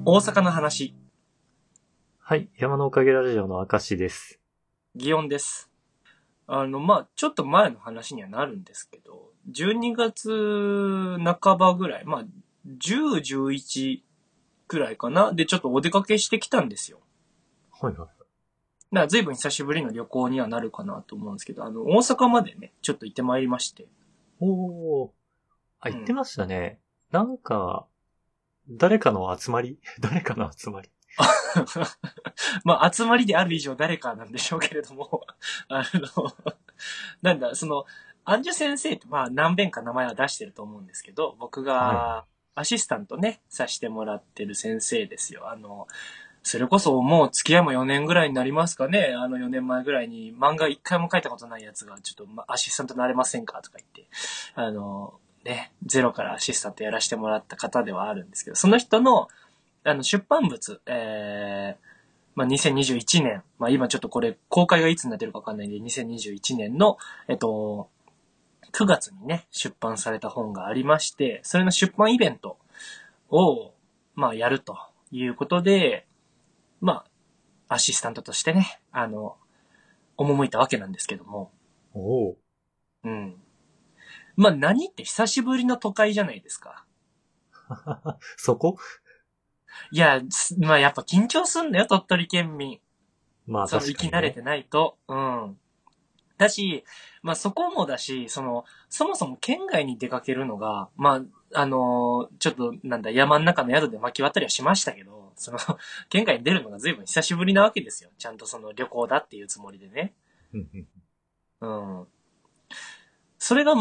大阪の話、 はい。山のおかげラジオの明石です。 祇園です。ちょっと前の話にはなるんですけど、12月半ばぐらい、10、11くらいかな。で、ちょっとお出かけしてきたんですよ。 はいはい。 だから随分久しぶりの旅行にはなるかなと思うんですけど、大阪までね、ちょっと行ってまいりまして。 おー。あ、 うん。 言ってましたね。なんか、誰かの集まり誰かの集まり。 集まりである以上誰かなんでしょうけれども、あの、なんだ、アンジュ先生って、何遍か名前は出してると思うんですけど、僕はいはい。 がアシスタントね、させてもらってる先生ですよ。それこそもう付き合いも4年ぐらいになりますかね。4年前ぐらいに漫画一回も書いたことないやつが、ちょっと、アシスタントなれませんかとか言って、ゼロからアシスタントやらせてもらった方ではあるんですけど、その人の、出版物、2021年、今ちょっとこれ公開がいつになってるかわかんないんで、2021年の、9月にね、出版された本がありまして、それの出版イベントを、やるということで、アシスタントとしてね、赴いたわけなんですけども、 おー。 うん。何って久しぶりの都会じゃないですか。 そこ。 いや、やっぱ緊張すんだよ、鳥取県民。 まあ確生かにね。 き慣れてないと。うん。だし、そこもだし、そもそも県外に出かけるのが、ちょっと、山の中の宿で巻き渡りはしましたけど、県外に出るのが随分久しぶりなわけですよ。ちゃんと旅行だっていうつもりでね。 うんうん。 うん。それが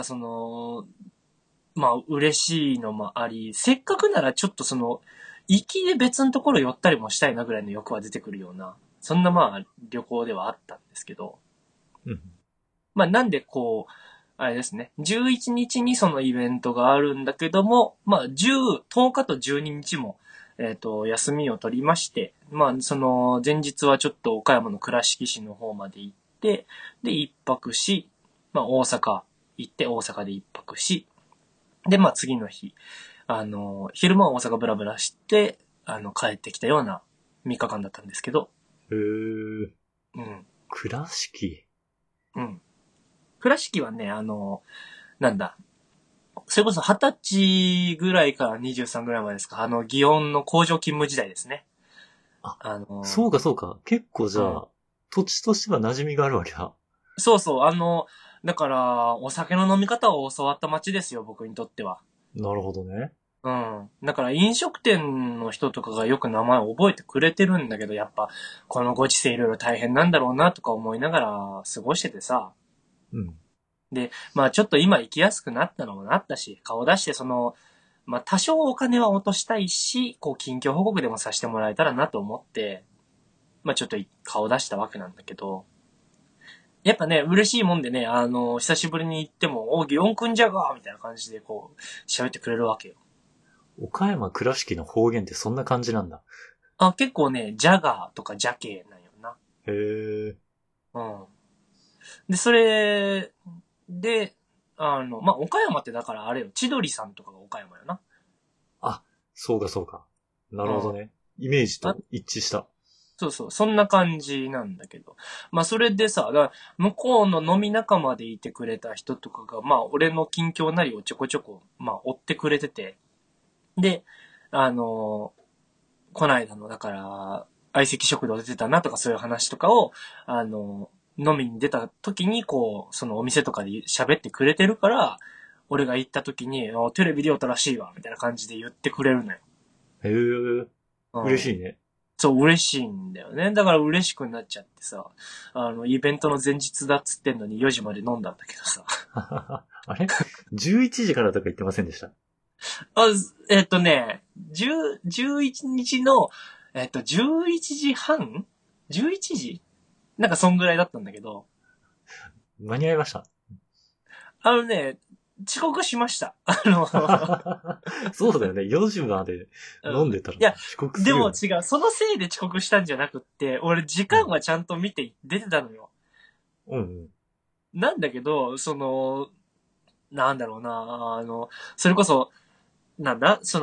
嬉しいのもあり、せっかくならちょっと行きで別のところ寄ったりもしたいなぐらいの欲は出てくるような、そんな旅行ではあったんですけど、 うん。 なんでこう、あれですね。11日にちにそのイベントがあるんだけども、10日と12日も、休みを取りまして、その前日はちょっと岡山の倉敷市の方まで行って、で、一泊し、大阪行って大阪で一泊し、で、次の日、昼間は大阪ブラブラして、帰ってきたような3日間だったんですけど、 へー。 うん、 倉敷。 うん。倉敷はね、なんだ、それこそ20歳ぐらいから23ぐらいまでですか。祇園の工場勤務時代ですね。 あ、 あの、 そうかそうか。結構じうん。 ゃあ、土地としては馴染みがあるわけだ。 そうそう、だから、お酒の飲み方を教わった街ですよ、僕にとっては。 なるほどね。 うん。だから飲食店の人とかがよく名前を覚えてくれてるんだけど、やっぱ、このご時世いろいろ大変なんだろうなとか思いながら過ごしててさ。 うん。 で、ちょっと今行きやすくなったのもなったし、顔出して多少お金は落としたいし、こう、近況報告でもさせてもらえたらなと思って、ちょっと顔出したわけなんだけど、やっぱね、嬉しいもんでね、久しぶりに行っても、お、祇園くんじゃがーみたいな感じでこう、喋ってくれるわけよ。 岡山倉敷の方言ってそんな感じなんだ。 結構ね、ジャガーとかジャケなんよな。 へー。 うん。で、それで、岡山ってだからあれよ、千鳥さんとかが岡山よな。 あ、そうかそうか。なうん。 るほどね。イメージあ、 と一致した。 そうそう、そんな感じなんだけど。それでさ、だから向こうの飲み仲間でいてくれた人とかが、俺の近況なりをちょこちょこ、追ってくれてて。で、あのこないだの、だから、相席食堂出てたなとかそういう話とかを、あの飲みに出た時に、こう、そのお店とかで喋ってくれてるから、俺が行った時に、テレビでよったらしいわ、みたいな感じで言ってくれるのよ。 へー。 うん。 嬉しいね。 そう、嬉しいんだよね。だから嬉しくなっちゃってさ、イベントの前日だっつってんのに4時まで飲んだんだけどさ。 あれ？ 11 時からとか言ってませんでした？ あ、11日の、11時半 ?11 時なんかそんぐらいだったんだけど、 間に合いました。 あのね、遅刻しました。 そうだよね。4時までうん。 飲んでたらいや、 遅刻すでるよね。 も違う。そのせいで遅刻したんじゃなくって、俺時うん。 間はちゃんと見て出てたのよ。 うんうん。 なんだけど、なんだろうな、それこそ、なんだその、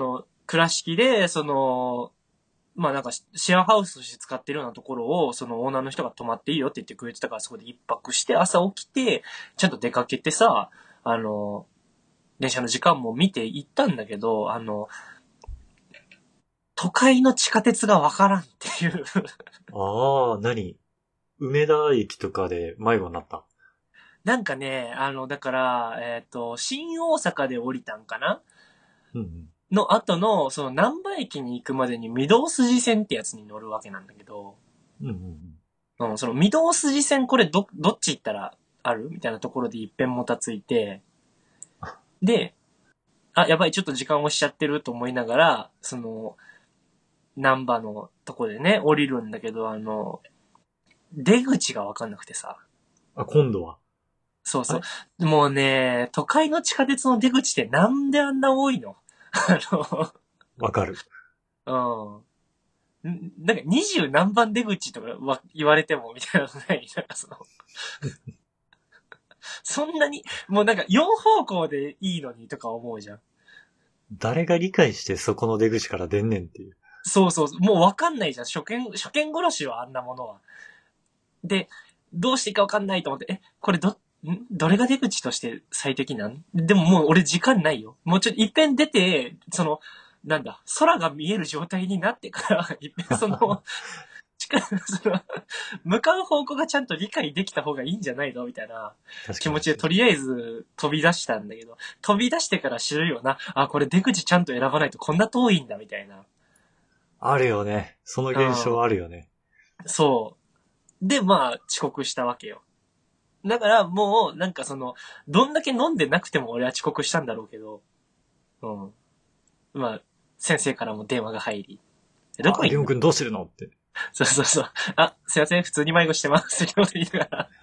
倉敷で、まあなんかシェアハウスとして使ってるようなところを、そのオーナーの人が泊まっていいよって言ってくれてたから、そこで一泊して朝起きて、ちゃんと出かけてさ、電車の時間も見て行ったんだけど、都会の地下鉄がわからんっていう。 ああ、梅田駅とかで迷子になった。 なんかね、だから、新大阪で降りたんかなうんうん。 の後の、その難波駅に行くまでに御堂筋線ってやつに乗るわけなんだけど、 うんうんその御堂筋線これどっち行ったらあるみたいなところで一遍もたついて、で、あ、やばい、ちょっと時間押しちゃってると思いながら、難波のとこでね、降りるんだけど、出口がわかんなくてさ。 あ、今度は。 そうそあれう。もうね、都会の地下鉄の出口ってなんであんな多いのわかる。 なんか20何番出口とか言われてもみたいなのない。なんかそんなに、もうなんか4方向でいいのにとか思うじゃん。 誰が理解してそこの出口から出んねんっていう。 そうそう。もうわかんないじゃん。初見殺しはあんなものは。で、どうしていいかわかんないと思って、これどれが出口として最適なんでももう俺時間ないよ。もうちょっと一遍出て、なんだ、空が見える状態になってから、一遍向かう方向がちゃんと理解できた方がいいんじゃないのみたいな確かに。 気持ちでとりあえず飛び出したんだけど、飛び出してから知るよな。あ、これ出口ちゃんと選ばないとこんな遠いんだみたいな。 あるよね。その現象あるよね。 そう。で、まあ、遅刻したわけよ。だからもう、なんかどんだけ飲んでなくても俺は遅刻したんだろうけど、うん。まあ、先生からも電話が入り、どこあ、 にりょうくんどうしてるのって。 そうそうそう。あ、すいません、普通に迷子してます。ってこと言いながら、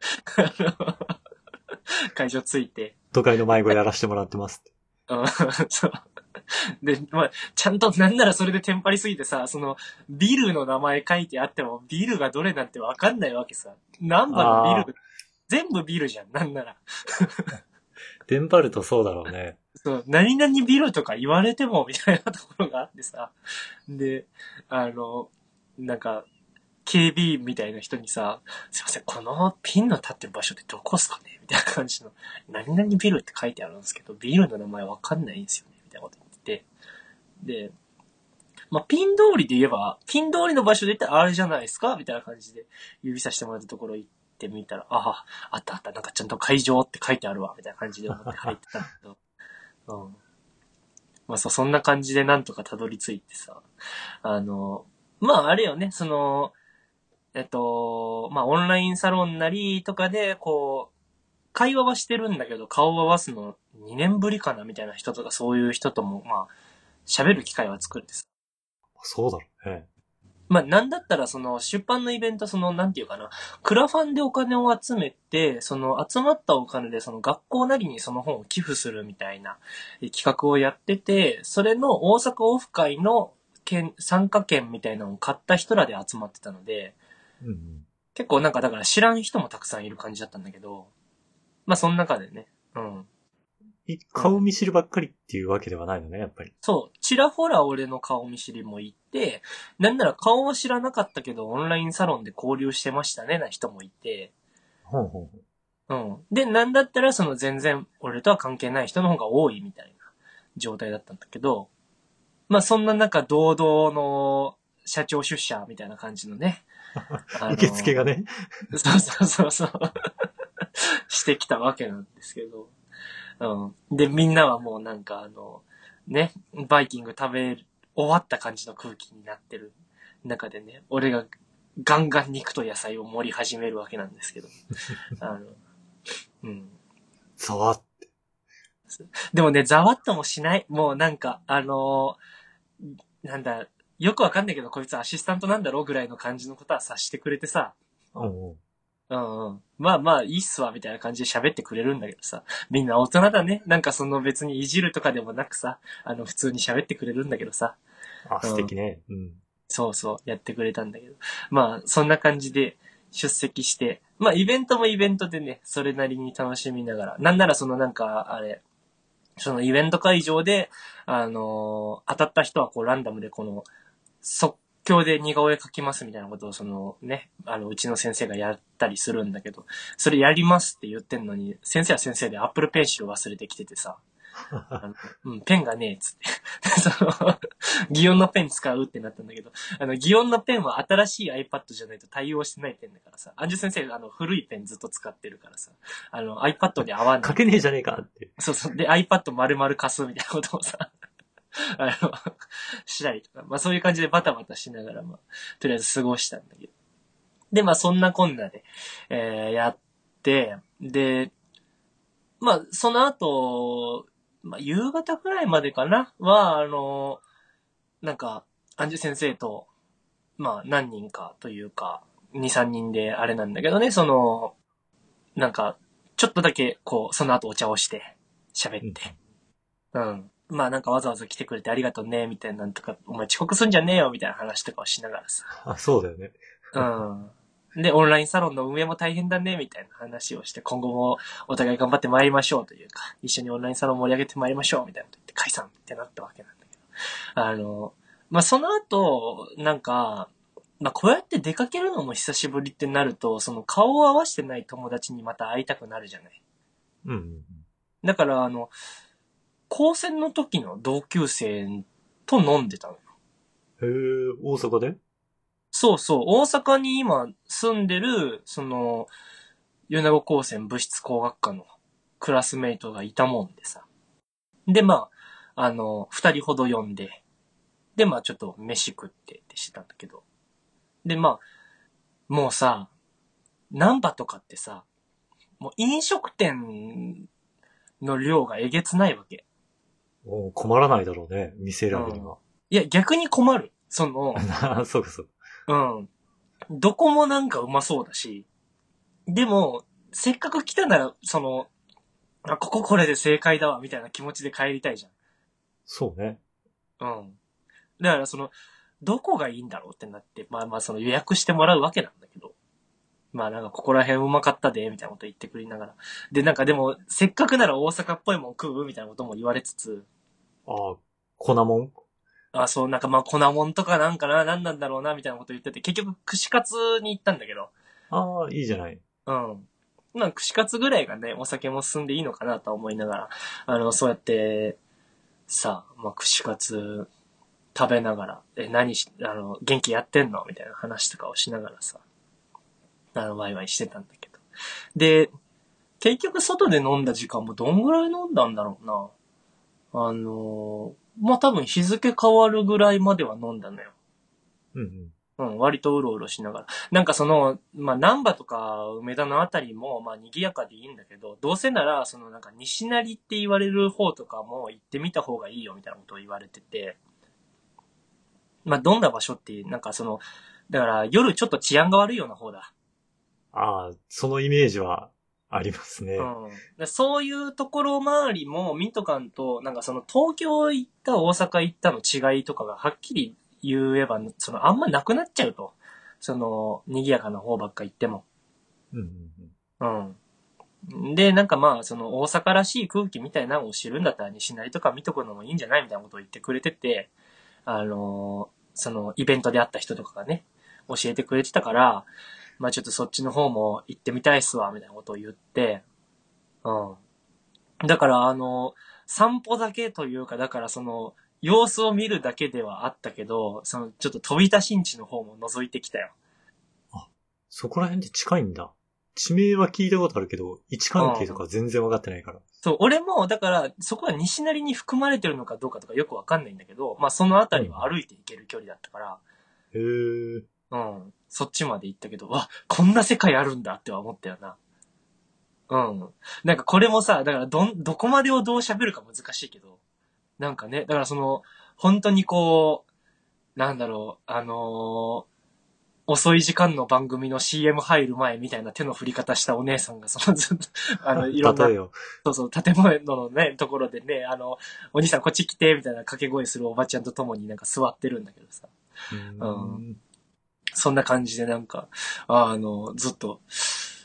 会場着いて、 都会の迷子やらせてもらってますって。 うん、そう。で、まあ、ちゃんとなんならそれでテンパりすぎてさ、ビルの名前書いてあっても、ビルがどれなんてわかんないわけさ。何番のビああ、 ル、全部ビルじゃん、なんなら。 テンパるとそうだろうね。 そう、何々ビルとか言われても、みたいなところがあってさ。で、なんか、警備員みたいな人にさ、すいません、このピンの立ってる場所ってどこっすかねみたいな感じの、何々ビルって書いてあるんですけど、ビルの名前わかんないんですよねみたいなこと言ってて。で、まあ、ピン通りで言えば、ピン通りの場所で言ったらあれじゃないですかみたいな感じで指さしてもらったところ行ってみたら、あったあった、なんかちゃんと会場って書いてあるわ、みたいな感じで思って入ってたんだけど。うん。まあそんな感じでなんとかたどり着いてさ。まああれよね、まあオンラインサロンなりとかで、こう、会話はしてるんだけど、顔を合わすの2年ぶりかなみたいな人とかそういう人とも、まあ、喋る機会は作ってさ。 そうだろうね。 まあ、なんだったら、出版のイベント、なんていうかな、クラファンでお金を集めて、集まったお金で、学校なりにその本を寄付するみたいな企画をやってて、それの大阪オフ会の参加券みたいなのを買った人らで集まってたので、 うんうん。 結構なんかだから知らん人もたくさんいる感じだったんだけど、まあ、その中でね、うん。 顔見知るばっかりっていうわけではないのね、やっぱり。 そう。ちらほら俺の顔見知りもいて、なんなら顔は知らなかったけど、オンラインサロンで交流してましたねな人もいて、 ほうほうほう。 うん。で、なんだったら全然俺とは関係ない人の方が多いみたいな状態だったんだけど、まあそんな中堂々の社長出社みたいな感じのね。 受付がね。 そう。してきたわけなんですけど。うん。で、みんなはもうなんかね、バイキング食べ終わった感じの空気になってる中でね、俺がガンガン肉と野菜を盛り始めるわけなんですけど。うん。 ざわって。 でもね、ざわっともしない。もうなんか、なんだ、よくわかんないけど、こいつアシスタントなんだろうぐらいの感じのことは察してくれてさ、 うんうん。 まあまあ、いいっすわ、みたいな感じで喋ってくれるんだけどさ。みんな大人だね。なんか別にいじるとかでもなくさ、普通に喋ってくれるんだけどさ。 あ、素敵ね。うん。 そうそう、やってくれたんだけど。まあ、そんな感じで出席して、まあ、イベントもイベントでね、それなりに楽しみながら。なんならなんか、あれ、 そのイベント会場で、当たった人はこうランダムでこの、即興で似顔絵描きますみたいなことをそのね、うちの先生がやったりするんだけど、それやりますって言ってんのに、先生は先生でアップルペンシル忘れてきててさ、ペンがねえっつって。その、擬音のペン使うってなったんだけど、擬音のペンは新しい iPad じゃないと対応してないペンだからさ、アンジュ先生、古いペンずっと使ってるからさ、iPad に合わない。 書けねえじゃねえかって。 そうそう。で、iPad 丸々貸すみたいなことをさ、したりとか、まあそういう感じでバタバタしながら、まあ、とりあえず過ごしたんだけど。で、まあそんなこんなで、やって、で、まあその後、まあ夕方くらいまでかなは、なんか、アンジュ先生と、まあ何人かというか、2、3人であれなんだけどね、その、なんか、ちょっとだけ、こう、その後お茶をして、喋って。うん。まあなんかわざわざ来てくれてありがとうね、みたいななんとか、お前遅刻すんじゃねえよ、みたいな話とかをしながらさ。 あ、そうだよね。 うん。で、オンラインサロンの運営も大変だね、みたいな話をして、今後もお互い頑張って参りましょうというか、一緒にオンラインサロン盛り上げて参りましょう、みたいなこと言って解散ってなったわけなんだけど。まあその後、なんか、まあこうやって出かけるのも久しぶりってなると、その顔を合わせてない友達にまた会いたくなるじゃない。 うん。 だから高専の時の同級生と飲んでたのよ。 へえ、大阪で？ そうそう、大阪に今住んでる、米子高専物質工学科のクラスメイトがいたもんでさ。で、まあ、二人ほど呼んで、で、まあちょっと飯食ってってしてたんだけど。で、まあ、もうさ、ナンバとかってさ、もう飲食店の量がえげつないわけ。 お困らないだろうね、店選びには。 いや、逆に困る。 そうかそうか。 うん。どこもなんかうまそうだし、でも、せっかく来たなら、こここれで正解だわ、みたいな気持ちで帰りたいじそうね。 ゃん。うん。だからどこがいいんだろうってなって、まあまあ予約してもらうわけなんだけど。まあなんかここら辺うまかったで、みたいなこと言ってくれながら。で、なんかでも、せっかくなら大阪っぽいもん食うみたいなことも言われつつ、 ああ、粉もん？ あ、そう、なんかまあ粉もんとかなんかな、なんなんだろうな、みたいなこと言ってて、結局串カツに行ったんだけど、 ああ、いいじゃない。 うん。まあ、串カツぐらいがね、お酒も進んでいいのかなと思いながら、そうやって、さ、まあ、串カツ食べながら、元気やってんのみたいな話とかをしながらさ、ワイワイしてたんだけど。で、結局外で飲んだ時間もどんぐらい飲んだんだろうな。まあ、多分日付変わるぐらいまでは飲んだのよ。 うんうん。 うん、割とうろうろしながら。なんかまあ、南波とか梅田のあたりも、まあ、賑やかでいいんだけど、どうせなら、なんか西成って言われる方とかも行ってみた方がいいよみたいなことを言われてて、まあ、どんな場所って、なんかだから夜ちょっと治安が悪いような方だ。 ああ、そのイメージはありますね。 うん。そういうところ周りも見とかんと、なんか東京行った大阪行ったの違いとかがはっきり言えば、あんまなくなっちゃうと。賑やかな方ばっか行っても。 うんうんうん。 うん。で、なんかまあ、大阪らしい空気みたいなのを知るんだったら西成とか見とくのもいいんじゃないみたいなことを言ってくれてて、イベントで会った人とかがね、教えてくれてたから、まあちょっとそっちの方も行ってみたいっすわ、みたいなことを言って、うん。だから散歩だけというか、だから様子を見るだけではあったけど、ちょっと飛び出しんちの方も覗いてきたよ。 あ、そこら辺で近いんだ。地名は聞いたことあるけど、位置関係とか全然わかってないから。 そう、俺も、だから、そこは西成に含まれてるのかどうかとかよくわかんないんだけど、まあそのあたりは歩いて行ける距離だったから、 へえ。 うん、そっちまで行ったけど、わ、こんな世界あるんだっては思ったよな。うん。なんかこれもさ、だからどこまでをどう喋るか難しいけど、なんかね、だから本当にこう、なんだろう、遅い時間の番組の CM 入る前みたいな手の振り方したお姉さんが、ずっと、いろんな、 例えよ。 そうそう、建物のね、ところでね、お兄さんこっち来て、みたいな掛け声するおばちゃんと共になんか座ってるんだけどさ。うん。そんな感じでなんか、ずっと、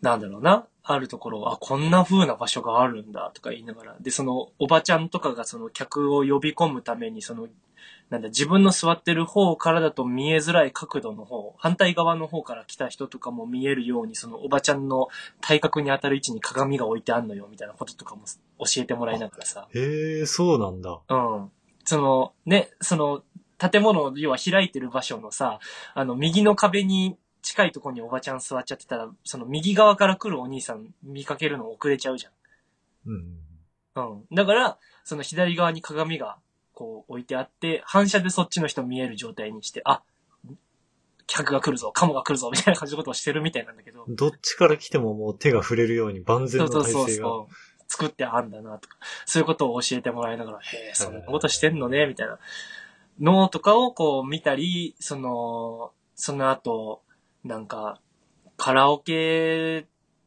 なんだろうな、あるところ、あ、こんな風な場所があるんだとか言いながら、で、そのおばちゃんとかがその客を呼び込むために、その、なんだ、自分の座ってる方からだと見えづらい角度の方、反対側の方から来た人とかも見えるように、そのおばちゃんの体格に当たる位置に鏡が置いてあんのよ、みたいなこととかも教えてもらいながらさ。 へえ、そうなんだ。 うん。その、ね、その、建物、要は開いてる場所のさ、右の壁に近いところにおばちゃん座っちゃってたら、その右側から来るお兄さん見かけるの遅れちゃうじうん。 ゃん。うん。だから、その左側に鏡がこう置いてあって、反射でそっちの人見える状態にして、あ、客が来るぞ、カモが来るぞ、みたいな感じのことをしてるみたいなんだけど。 どっちから来てももう手が触れるように万全の体制が。 作ってあんだな、とか。そういうことを教えてもらいながら、へえ、そんなことしてんのね、みたいなのとかをこう見たり、その後、なんか、カラオケ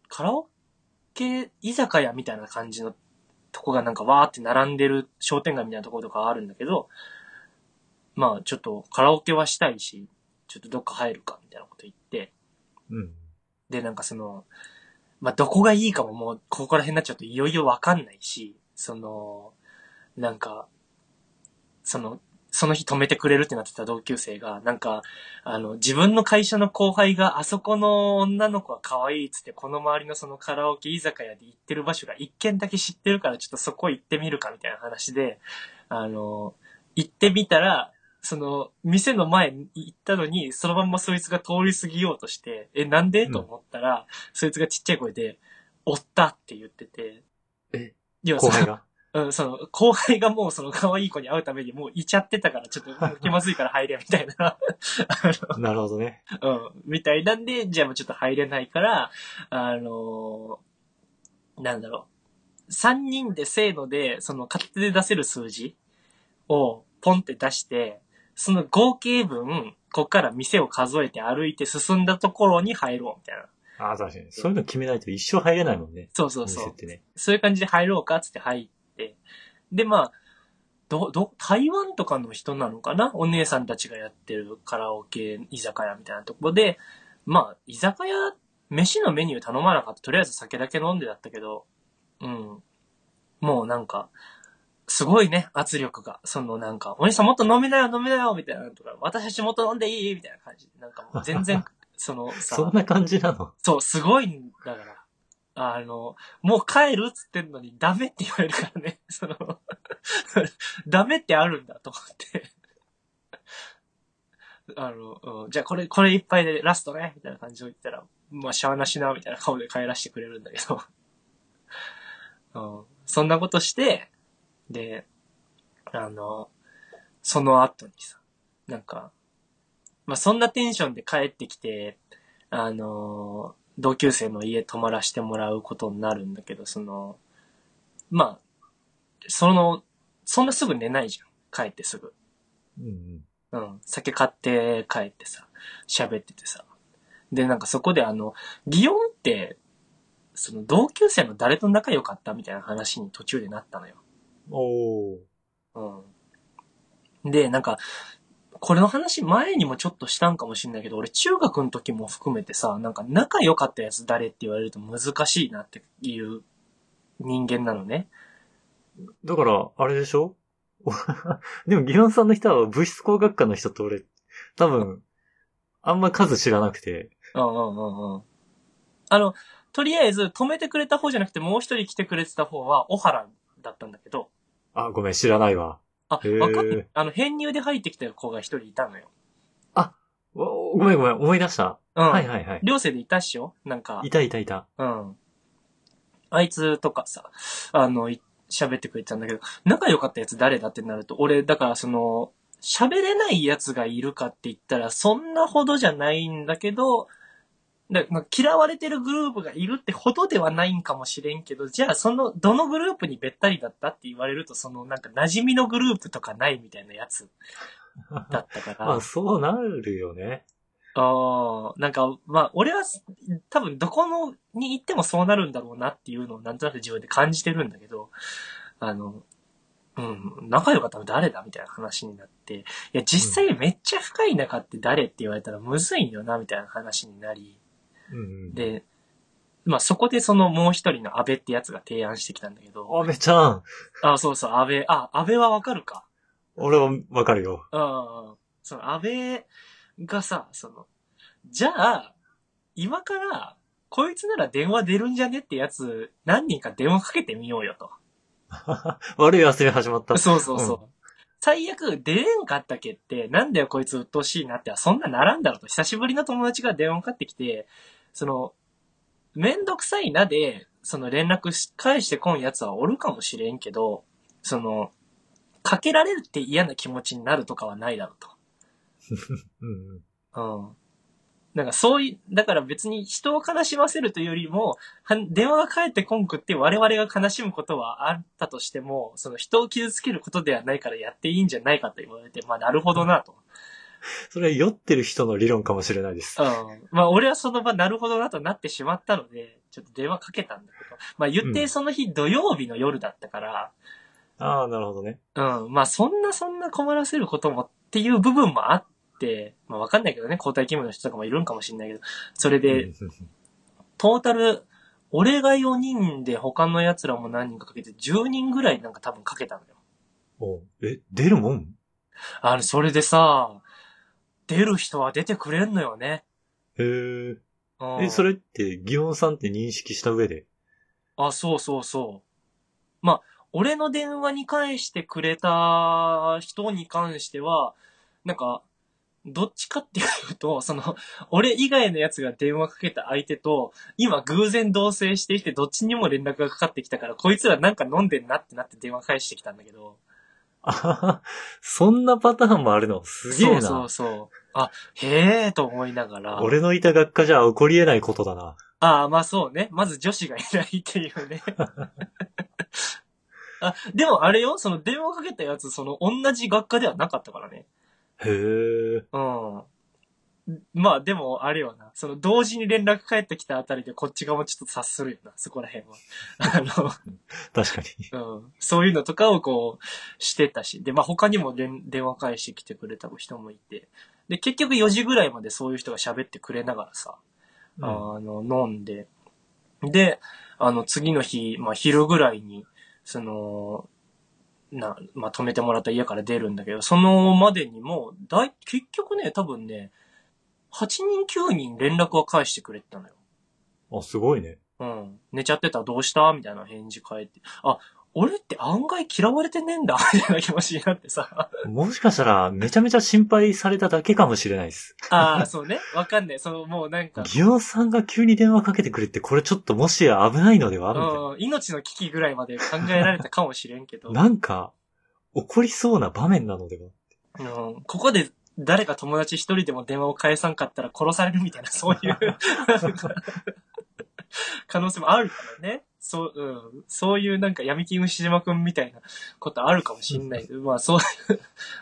居酒屋みたいな感じのとこがなんかわーって並んでる商店街みたいなところとかあるんだけど、まあちょっとカラオケはしたいし、ちょっとどっか入るかみたいなこと言って、 うん。 でなんかその、まあどこがいいかももうここら辺になっちゃうといよいよわかんないし、なんか、その日止めてくれるってなってた同級生が、なんか、自分の会社の後輩があそこの女の子は可愛いっつって、この周りのそのカラオケ居酒屋で行ってる場所が一軒だけ知ってるからちょっとそこ行ってみるかみたいな話で、行ってみたら、その、店の前に行ったのに、そのまんまそいつが通り過ぎようとして、なんで、と思ったら、そいつがちっちゃい声で、おったって言ってて、 後輩がうん、その、後輩がもうその可愛い子に会うためにもういちゃってたから、ちょっと気まずいから入れみたいな。 なるほどね。 うん、みたいなんで、じゃあもうちょっと入れないから、なんだろう。3人でせーので、その片手で出せる数字をポンって出して、その合計分、こっから店を数えて歩いて進んだところに入ろうみたいな。 ああ、確かに。そういうの決めないと一生入れないもんね。 そうそうそう。 店ってね。 そういう感じで入ろうかっつって入って。で、まあ、台湾とかの人なのかなお姉さんたちがやってるカラオケ居酒屋みたいなところで、まあ、居酒屋、飯のメニュー頼まなかった。とりあえず酒だけ飲んでだったけど、うん。もうなんか、すごいね、圧力が。そのなんか、お兄さんもっと飲みなよ、飲みなよ、みたいなとか、私たちもっと飲んでいいみたいな感じで。なんかもう全然、そのさ、 そんな感じなの？ そう、すごいんだから。もう帰るっつってんのにダメって言われるからね。ダメってあるんだと思って。じゃあこれ一杯でラストね、みたいな感じを言ったら、まあ、しゃあなしな、みたいな顔で帰らせてくれるんだけど。そんなことして、で、その後にさ、なんか、まあ、そんなテンションで帰ってきて、同級生の家泊まらせてもらうことになるんだけど、まあ、そんなすぐ寝ないじゃん。帰ってすぐ。 うんうん。酒買って帰ってさ、喋っててさ。で、なんかそこで祇園って、その同級生の誰と仲良かったみたいな話に途中でなったのよ。 おー。 うん。で、なんか、これの話前にもちょっとしたんかもしんないけど、俺中学の時も含めてさ、なんか仲良かったやつ誰って言われると難しいなっていう人間なのね。 だから、あれでしょ？でも、ギロンさんの人は物質工学科の人と俺、多分、あんま数知らなくて。 うんうんうんうん。とりあえず止めてくれた方じゃなくてもう一人来てくれてた方は小原だったんだけど。 あ、ごめん、知らないわ。 あ、わかんない。編入で入ってきた子が一人いたのよ。 あ、ごめん、思い出した。 うん。 はいはいはい。 寮生でいたっしょなんか。 いた。 うん。あいつとかさ、喋ってくれてたんだけど、仲良かったやつ誰だってなると、俺、だから喋れないやつがいるかって言ったら、そんなほどじゃないんだけど、嫌われてるグループがいるってほどではないんかもしれんけど、じゃあどのグループにべったりだったって言われると、なんか馴染みのグループとかないみたいなやつだったから。 まあ、そうなるよね。 なんか、まあ、俺は多分どこに行ってもそうなるんだろうなっていうのをなんとなく自分で感じてるんだけど、仲良かったの誰だみたいな話になって、いや、実際めっちゃ深い仲って誰って言われたらむずいよな、みたいな話になり、 うん。 で、 まあそこでそのもう一人の安倍ってやつが提案してきたんだけど、 あめちゃん。 そうそう、安倍はわかるか。 俺はわかるよ。 その安倍がさ、じゃあ、今から、こいつなら電話出るんじゃねってやつ、何人か電話かけてみようよと。 悪い遊び始まった。 そうそうそう。最悪、出れんかったけって、なんだよこいつ鬱陶しいなって、そんなならんだろうと。久しぶりの友達が電話かかってきて、めんどくさいなで、連絡返してこんやつはおるかもしれんけど、かけられるって嫌な気持ちになるとかはないだろうと。 うん。 うん。なんかそういう、だから別に人を悲しませるというよりも、電話が返ってこんくって我々が悲しむことはあったとしても、人を傷つけることではないからやっていいんじゃないかと言われて、まあなるほどなと。 それは酔ってる人の理論かもしれないです。 うん。まあ俺はその場なるほどなとなってしまったので、ちょっと電話かけたんだけど、まあ言ってその日土曜日の夜だったから、 ああ、なるほどね。 うん。まあそんな困らせることもっていう部分もあって、まあわかんないけどね、交代勤務の人とかもいるんかもしれないけど、それで、トータル、俺が4人で他の奴らも何人かかけて10人ぐらいなんか多分かけたのよ。 出るもん？ それでさ、出る人は出てくれんのよね。 へえ。それって、ギオンさんって認識した上で？ そうそうそう。まあ、俺の電話に返してくれた人に関しては、なんか、どっちかっていうと、俺以外のやつが電話かけた相手と、今偶然同棲していて、どっちにも連絡がかかってきたから、こいつらなんか飲んでんなってなって電話返してきたんだけど。 あはは、そんなパターンもあるの？すげえな。 そうそう。へえーと思いながら。 俺のいた学科じゃ起こり得ないことだな。 まあそうね。まず女子がいないっていうね。でもあれよ、電話かけたやつ、同じ学科ではなかったからね。 へえ。 うん。まあでも、あれよな。同時に連絡返ってきたあたりでこっち側もちょっと察するよな。そこら辺は。 確かに。 うん。そういうのとかをこう、してたし。で、まあ他にも電話返してきてくれた人もいて。で、結局4時ぐらいまでそういう人が喋ってくれながらさ、飲んで。で、次の日、まあ昼ぐらいに、まあ止めてもらった家から出るんだけど、そのまでにも、結局ね、多分ね、8人9人連絡は返してくれてたのよ。 あ、すごいね。 うん。寝ちゃってたどうしたみたいな返事返って。俺って案外嫌われてねえんだみたいな気持ちになってさ。 もしかしたら、めちゃめちゃ心配されただけかもしれないです。 そうね。わかんない。もうなんか。 ギオさんが急に電話かけてくれって、これちょっともしや危ないのではみたいな。 命の危機ぐらいまで考えられたかもしれんけど。 なんか、起こりそうな場面なのでは？ ここで誰か友達一人でも電話を返さんかったら殺されるみたいな、そういう可能性もあるからね。そういうなんか闇金牛島くんみたいなことあるかもしんないけど、まあそういう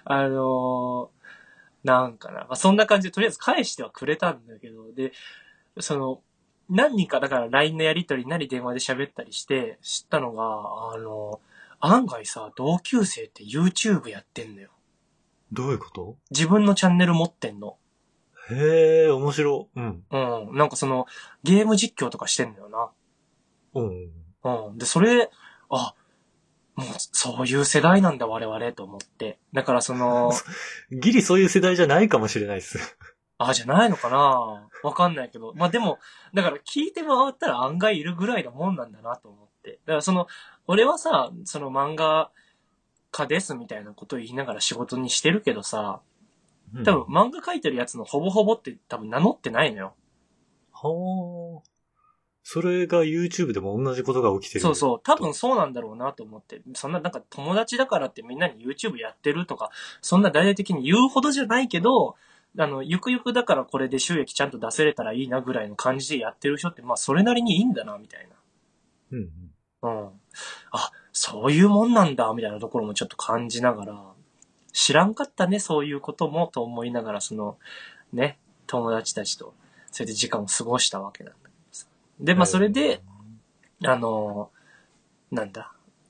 なんかな。まあそんな感じでとりあえず返してはくれたんだけど、で、何人かだから LINE のやりとりなり電話で喋ったりして知ったのが、案外さ、同級生って YouTube やってんのよ。 どういうこと？ 自分のチャンネル持ってんの。 へえ、面白。うん。 うん。なんかゲーム実況とかしてんのよな。 うん。 うん。で、それ、もう、そういう世代なんだ我々と思って。だからギリそういう世代じゃないかもしれないです。 じゃないのかなわかんないけど。まあでも、だから聞いて回ったら案外いるぐらいのもんなんだなと思って。だから俺はさ、漫画家ですみたいなことを言いながら仕事にしてるけどさ、多分漫画描いてるやつのほぼほぼって多分名乗ってないのよ。 はあ。それが YouTube でも同じことが起きてる。 そうそう。多分そうなんだろうなと思って。そんななんか友達だからってみんなに YouTube やってるとか、そんな大々的に言うほどじゃないけど、ゆくゆくだからこれで収益ちゃんと出せれたらいいなぐらいの感じでやってる人って、まあそれなりにいいんだな、みたいうん。 な。うん。そういうもんなんだ、みたいなところもちょっと感じながら、知らんかったね、そういうことも、と思いながら、ね、友達たちと、それで時間を過ごしたわけなんだけどさ。で、まあそれで、なんだ、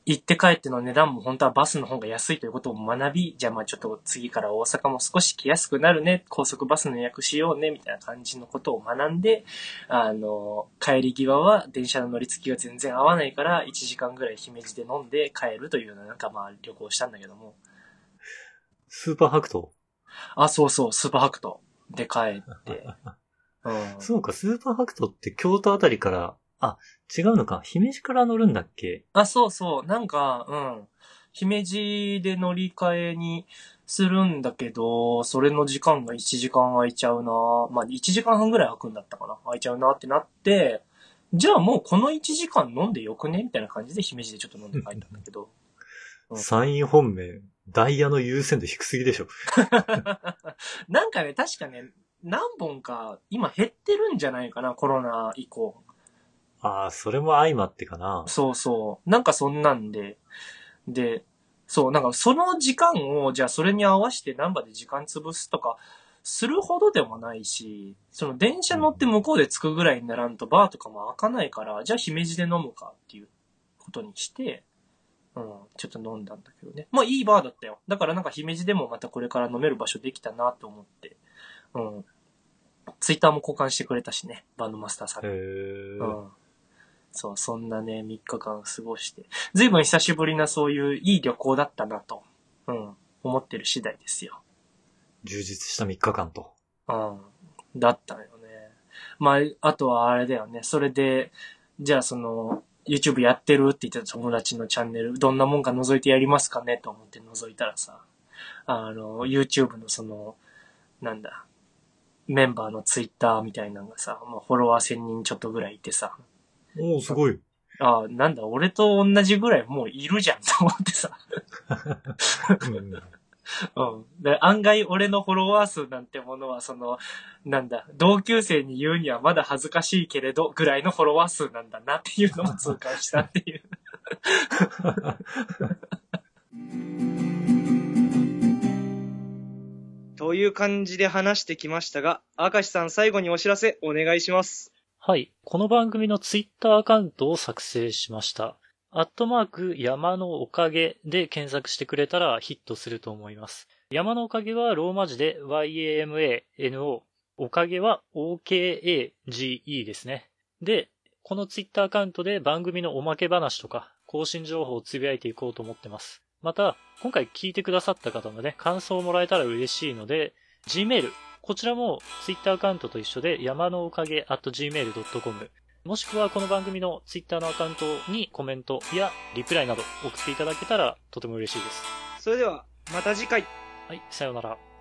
行って帰っての値段も本当はバスの方が安いということを学び、じゃあまあちょっと次から大阪も少し来やすくなるね、高速バスの予約しようね、みたいな感じのことを学んで、帰り際は電車の乗り継ぎが全然合わないから1時間ぐらい姫路で飲んで帰るというようななんかまあ旅行したんだけども。 スーパーハクト。 あ、そうそう、スーパーハクトで帰って。うん、 そうか、スーパーハクトって京都あたりから、違うのか、姫路から乗るんだっけ？ あ、そうそう。なんか、姫路で乗り換えにするんだけど、それの時間が1時間空いちゃうな。まあ、1時間半ぐらい空くんだったかな。空いちゃうなってなって、じゃあもうこの1時間飲んでよくねみたいな感じで姫路でちょっと飲んで帰ったんだけど。 山陰本命、ダイヤの優先度低すぎでしょ。 なんかね、確かね、何本か今減ってるんじゃないかな、コロナ以降。 それも相まってかな。 そうそう。なんかそんなんで、そう、なんかその時間を、じゃあそれに合わせてナンバーで時間潰すとか、するほどでもないし、その電車乗って向こうで着くぐらいにならんとバーとかも開かないから、じゃあ姫路で飲むかっていうことにして、ちょっと飲んだんだけどね。まあいいバーだったよ。だからなんか姫路でもまたこれから飲める場所できたなと思って、ツイッターも交換してくれたしね、バンドマスターさんに。そう、そんなね、3日間過ごして。ずいぶん久しぶりなそういういい旅行だったなと、思ってる次第ですよ。 充実した3日間と。 だったよね。まあ、あとはあれだよね。それで、じゃあその、YouTube やってるって言ってた友達のチャンネル、どんなもんか覗いてやりますかねと思って覗いたらさ、YouTube のその、なんだ、メンバーの Twitter みたいなのがさ、もうフォロワー1000人ちょっとぐらいいてさ、 おー、すごい。 なんだ、俺と同じぐらいもういるじゃんと思ってさ。で案外俺のフォロワー数なんてものはその、なんだ、同級生に言うにはまだ恥ずかしいけれどぐらいのフォロワー数なんだなっていうのも痛感したっていう。という感じで話してきましたが、明石さん最後にお知らせお願いします。 はい。この番組のツイッターアカウントを作成しました。山のおかげで検索してくれたらヒットすると思います。山のおかげはローマ字で YAMANO。おかげは OKAGE ですね。で、このツイッターアカウントで番組のおまけ話とか更新情報をつぶやいていこうと思ってます。また、今回聞いてくださった方のね、感想をもらえたら嬉しいので、Gmail、こちらもツイッターアカウントと一緒で山のおかげ @gmail.com もしくはこの番組のツイッターのアカウントにコメントやリプライなど送っていただけたらとても嬉しいです。 それではまた次回。 はい、さようなら。